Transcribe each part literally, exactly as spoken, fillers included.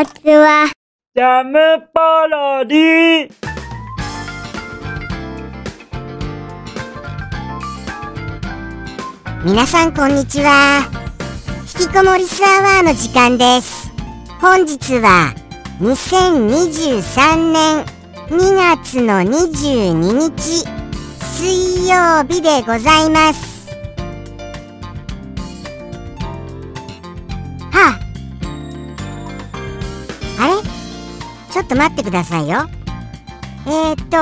ちは。 ジャムパロディ。 皆さんこんにちは。引きこもりスアワーの時間です。本日はにせんにじゅうさんねんにがつのにじゅうににち水曜日でございます。はあ、あれちょっと待ってくださいよ。えーっと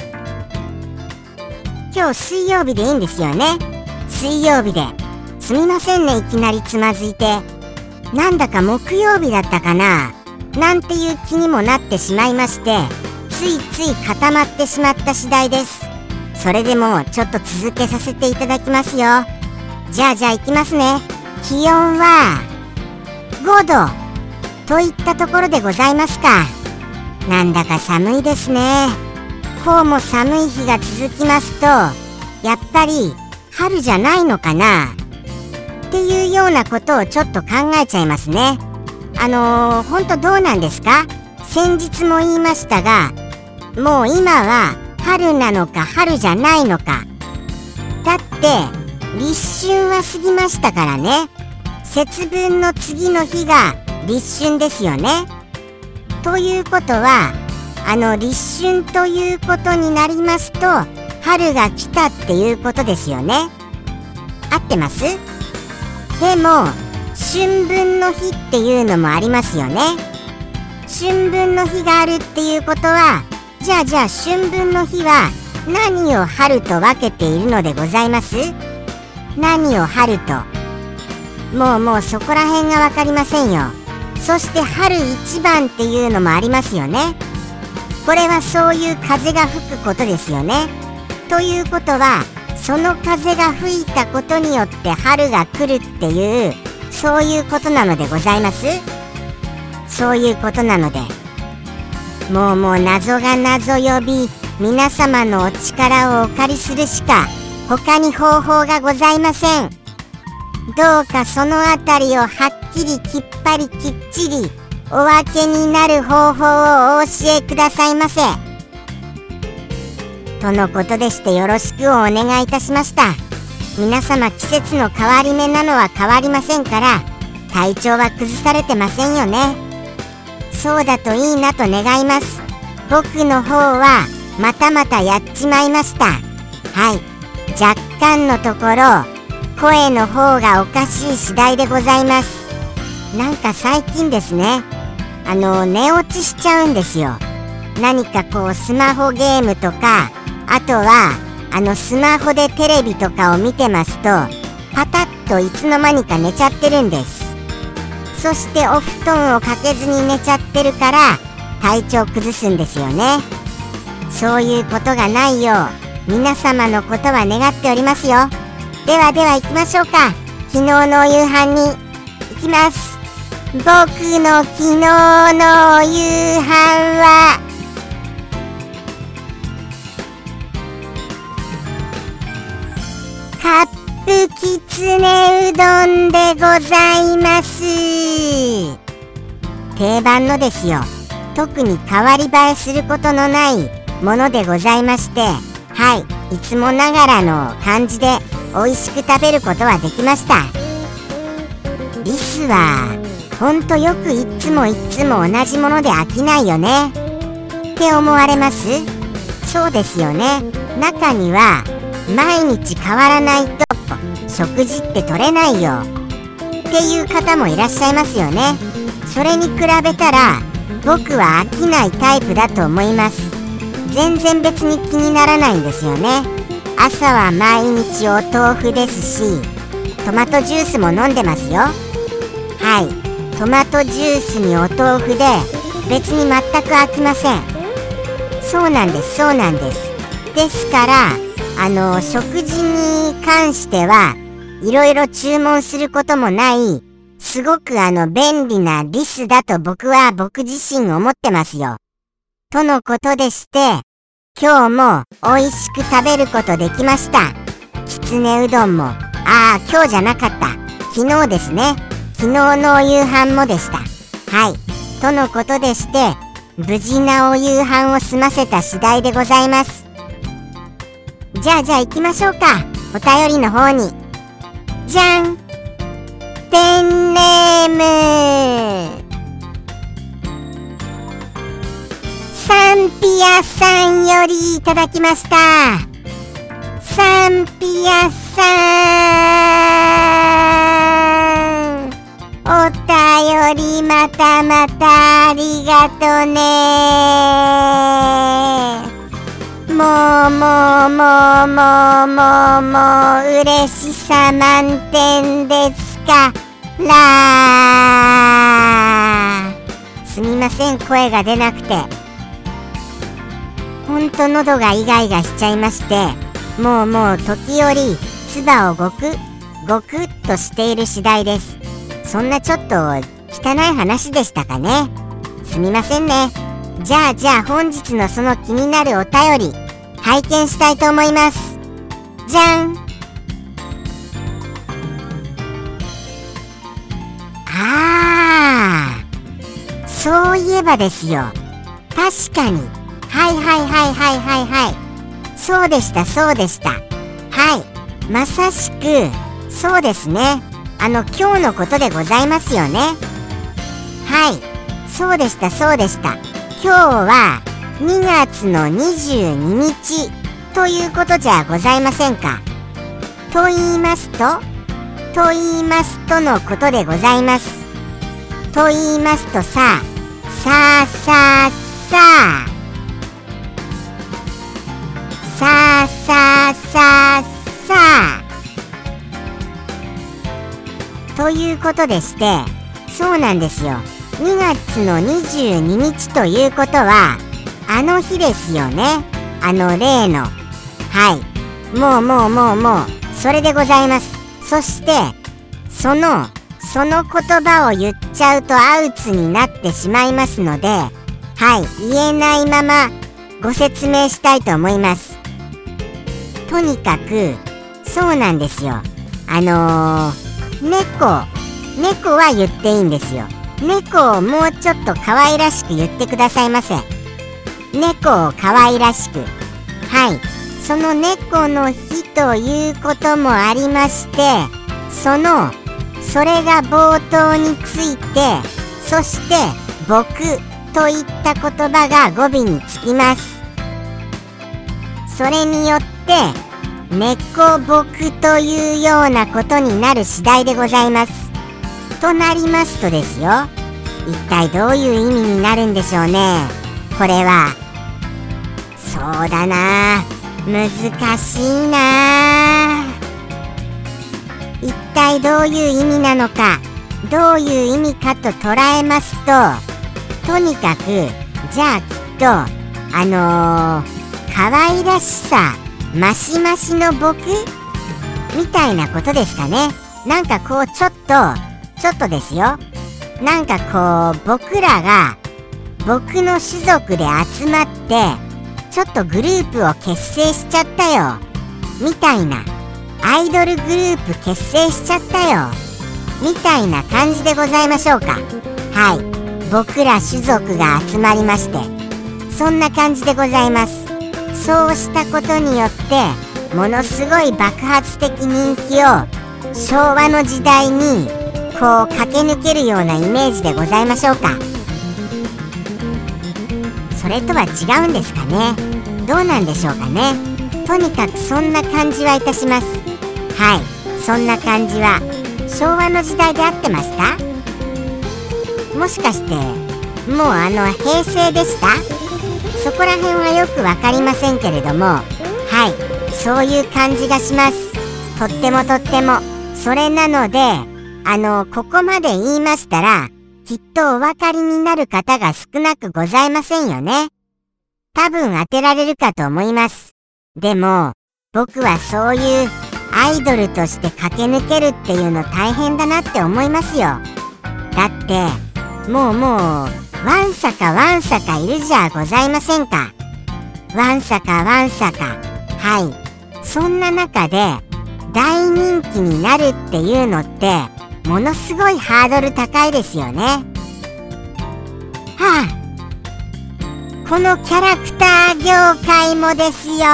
今日水曜日でいいんですよね。水曜日ですみませんね、いきなりつまずいて。なんだか木曜日だったかななんていう気にもなってしまいまして、ついつい固まってしまった次第です。それでもちょっと続けさせていただきますよ。じゃあじゃあいきますね。気温はごどといったところでございますか。なんだか寒いですね。こうも寒い日が続きますと、やっぱり春じゃないのかなっていうようなことをちょっと考えちゃいますね。あのー、ほんとどうなんですか。先日も言いましたが、もう今は春なのか春じゃないのか。だって立春は過ぎましたからね。節分の次の日が立春ですよね。ということは、あの立春ということになりますと、春が来たっていうことですよね。合ってます？でも春分の日っていうのもありますよね。春分の日があるっていうことは、じゃあじゃあ春分の日は何を春と分けているのでございます？何を春と。もうもうそこら辺が分かりませんよ。そして春一番っていうのもありますよね。これはそういう風が吹くことですよね。ということは、その風が吹いたことによって春が来るっていう、そういうことなのでございます。そういうことなので、もうもう謎が謎呼び、皆様のお力をお借りするしか他に方法がございません。どうかそのあたりをはっきりきっぱりきっちりお分けになる方法をお教えくださいませ。とのことでして、よろしくお願いいたしました。皆様季節の変わり目なのは変わりませんから、体調は崩されてませんよね。そうだといいなと願います。僕の方はまたまたやっちまいました。はい、若干のところ声の方がおかしい次第でございます。なんか最近ですね、あの寝落ちしちゃうんですよ。何かこうスマホゲームとか、あとはあのスマホでテレビとかを見てますと、パタッといつの間にか寝ちゃってるんです。そしてお布団をかけずに寝ちゃってるから体調崩すんですよね。そういうことがないよう皆様のことは願っておりますよ。ではでは行きましょうか。昨日のお夕飯に行きます。僕の昨日のお夕飯はカップきつねうどんでございます。定番のですよ。特に変わり映えすることのないものでございまして、はい、いつもながらの感じで美味しく食べることはできました。リスはほんとよくいっつもいっつも同じもので飽きないよねって思われます？そうですよね。中には毎日変わらないと食事って取れないよっていう方もいらっしゃいますよね。それに比べたら僕は飽きないタイプだと思います。全然別に気にならないんですよね。朝は毎日お豆腐ですし、トマトジュースも飲んでますよ。はい、トマトジュースにお豆腐で別に全く飽きません。そうなんですそうなんです。ですからあの食事に関してはいろいろ注文することもない、すごくあの便利なリスだと僕は僕自身思ってますよ。とのことでして、今日も美味しく食べることできました。きつねうどんも、ああ今日じゃなかった、昨日ですね。昨日のお夕飯もでした。はい、 とのことでして、無事なお夕飯を済ませた次第でございます。じゃあじゃあ行きましょうか、お便りの方に。じゃん、ペンネームサンピアさんよりいただきました。サンピアさん、お便りまたまたありがとね。もうもうもうもうもうもう嬉しさ満点ですからすみません、声が出なくて。ほんと喉がイガイガしちゃいまして、もうもう時折唾をごくごくっとしている次第です。そんなちょっと汚い話でしたかね。すみませんね。じゃあじゃあ本日のその気になるお便り拝見したいと思います。じゃん。あー、そういえばですよ。確かに。はいはいはいはいはいはい。そうでしたそうでした。はい。まさしく、そうですね。あの、今日のことでございますよね。はい。そうでしたそうでした。今日はにがつのにじゅうににちということじゃございませんか。と言いますと、と言いますとのことでございます。と言いますとさ、さあさあさあ、さあさあさあさあということでして、そうなんですよ。にがつのにじゅうににちということはあの日ですよね。あの例の、はい、もうもうもうもうそれでございます。そしてそのその言葉を言っちゃうとアウツになってしまいますので、はい、言えないままご説明したいと思います。とにかくそうなんですよ。あのー、猫猫は言っていいんですよ。猫をもうちょっと可愛らしく言ってくださいませ。猫を可愛らしく。はい。その猫の日ということもありまして、そのそれが冒頭について、そして僕といった言葉が語尾につきます。それによって猫僕というようなことになる次第でございます。となりますとですよ、一体どういう意味になるんでしょうね、これは。そうだな、難しいな。一体どういう意味なのか、どういう意味かと捉えますと、とにかくじゃあきっとあのー、可愛らしさマシマシの僕みたいなことですかね。なんかこうちょっとちょっとですよ、なんかこう僕らが僕の種族で集まってちょっとグループを結成しちゃったよみたいな、アイドルグループ結成しちゃったよみたいな感じでございましょうか。はい、僕ら種族が集まりまして、そんな感じでございます。そうしたことによってものすごい爆発的人気を昭和の時代にこう駆け抜けるようなイメージでございましょうか。それとは違うんですかね。どうなんでしょうかね。とにかくそんな感じはいたします。はい、そんな感じは昭和の時代で合ってました？もしかしてもうあの平成でした？そこら辺はよくわかりませんけれども、はい、そういう感じがします。とってもとっても。それなのであのここまで言いましたらきっとお分かりになる方が少なくございませんよね。多分当てられるかと思います。でも僕はそういうアイドルとして駆け抜けるっていうの大変だなって思いますよ。だってもうもうわんさかわんさかいるじゃございませんか。わんさかわんさか。はい、そんな中で大人気になるっていうのってものすごいハードル高いですよね。 はあ、このキャラクター業界もですよ。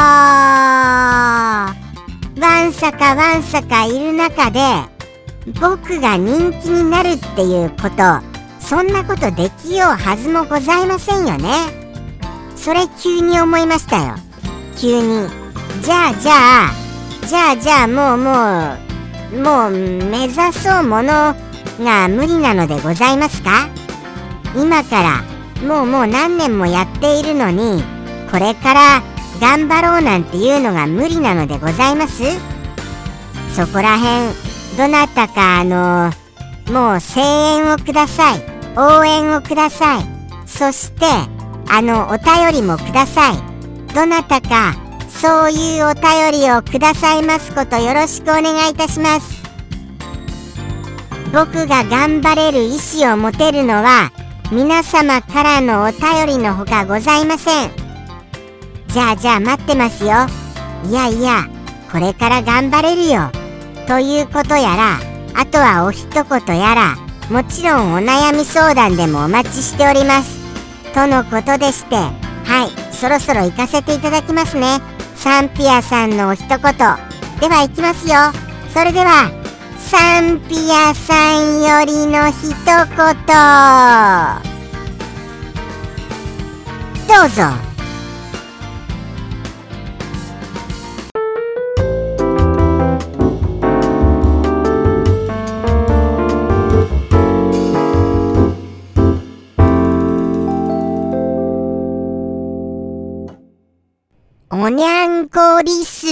わんさかわんさかいる中で僕が人気になるっていうこと、そんなことできようはずもございませんよね。それ急に思いましたよ。急に。じゃあじゃあじゃあじゃあもうもうもう目指そうものが無理なのでございますか？今からもうもう何年もやっているのに、これから頑張ろうなんていうのが無理なのでございます？そこらへんどなたかあのもう声援をください。応援をください。そしてあのお便りもください。どなたかそういうお便りをくださいますことよろしくお願いいたします。僕が頑張れる意志を持てるのは皆様からのお便りのほかございません。じゃあじゃあ待ってますよ。いやいやこれから頑張れるよということやら、あとはお一言やら、もちろんお悩み相談でもお待ちしておりますとのことでして、はい、そろそろ行かせていただきますね。サンピアさんのお一言では行きますよ。それではサンピアさんよりの一言どうぞ。おにゃんこリス。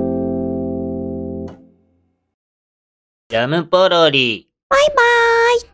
ジャムポロリ。 バイバーイ。